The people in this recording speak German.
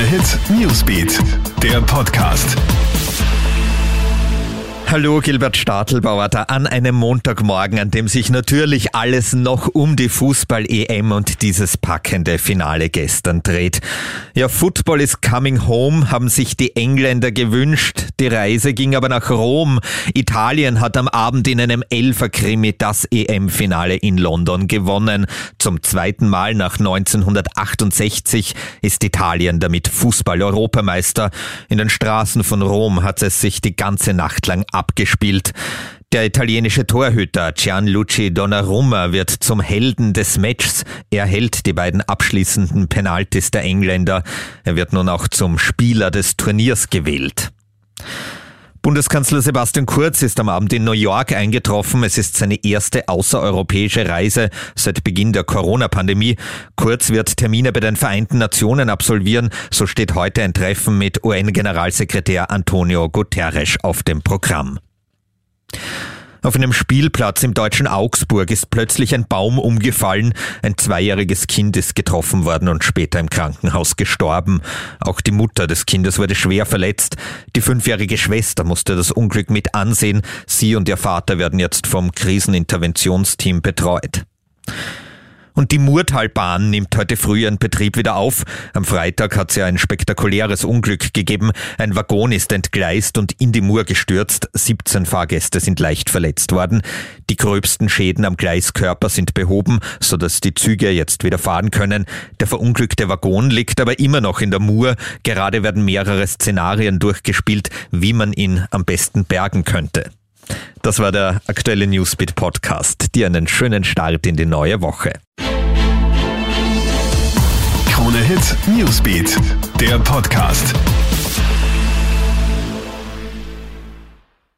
Hit Newsbeat, der Podcast. Hallo, Gilbert Stadelbauer da an einem Montagmorgen, an dem sich natürlich alles noch um die Fußball-EM und dieses packende Finale gestern dreht. Ja, Football is coming home, haben sich die Engländer gewünscht. Die Reise ging aber nach Rom. Italien hat am Abend in einem Elferkrimi das EM-Finale in London gewonnen. Zum zweiten Mal nach 1968 ist Italien damit Fußball-Europameister. In den Straßen von Rom hat es sich die ganze Nacht lang abgespielt. Der italienische Torhüter Gianluigi Donnarumma wird zum Helden des Matches. Er hält die beiden abschließenden Penalties der Engländer. Er wird nun auch zum Spieler des Turniers gewählt. Bundeskanzler Sebastian Kurz ist am Abend in New York eingetroffen. Es ist seine erste außereuropäische Reise seit Beginn der Corona-Pandemie. Kurz wird Termine bei den Vereinten Nationen absolvieren. So steht heute ein Treffen mit UN-Generalsekretär Antonio Guterres auf dem Programm. Auf einem Spielplatz im deutschen Augsburg ist plötzlich ein Baum umgefallen. Ein 2-jähriges Kind ist getroffen worden und später im Krankenhaus gestorben. Auch die Mutter des Kindes wurde schwer verletzt. Die 5-jährige Schwester musste das Unglück mit ansehen. Sie und ihr Vater werden jetzt vom Kriseninterventionsteam betreut. Und die Murtalbahn nimmt heute früh ihren Betrieb wieder auf. Am Freitag hat es ja ein spektakuläres Unglück gegeben. Ein Waggon ist entgleist und in die Mur gestürzt. 17 Fahrgäste sind leicht verletzt worden. Die gröbsten Schäden am Gleiskörper sind behoben, sodass die Züge jetzt wieder fahren können. Der verunglückte Waggon liegt aber immer noch in der Mur. Gerade werden mehrere Szenarien durchgespielt, wie man ihn am besten bergen könnte. Das war der aktuelle Newsbeat-Podcast. Dir einen schönen Start in die neue Woche. Krone Hit Newsbeat, der Podcast.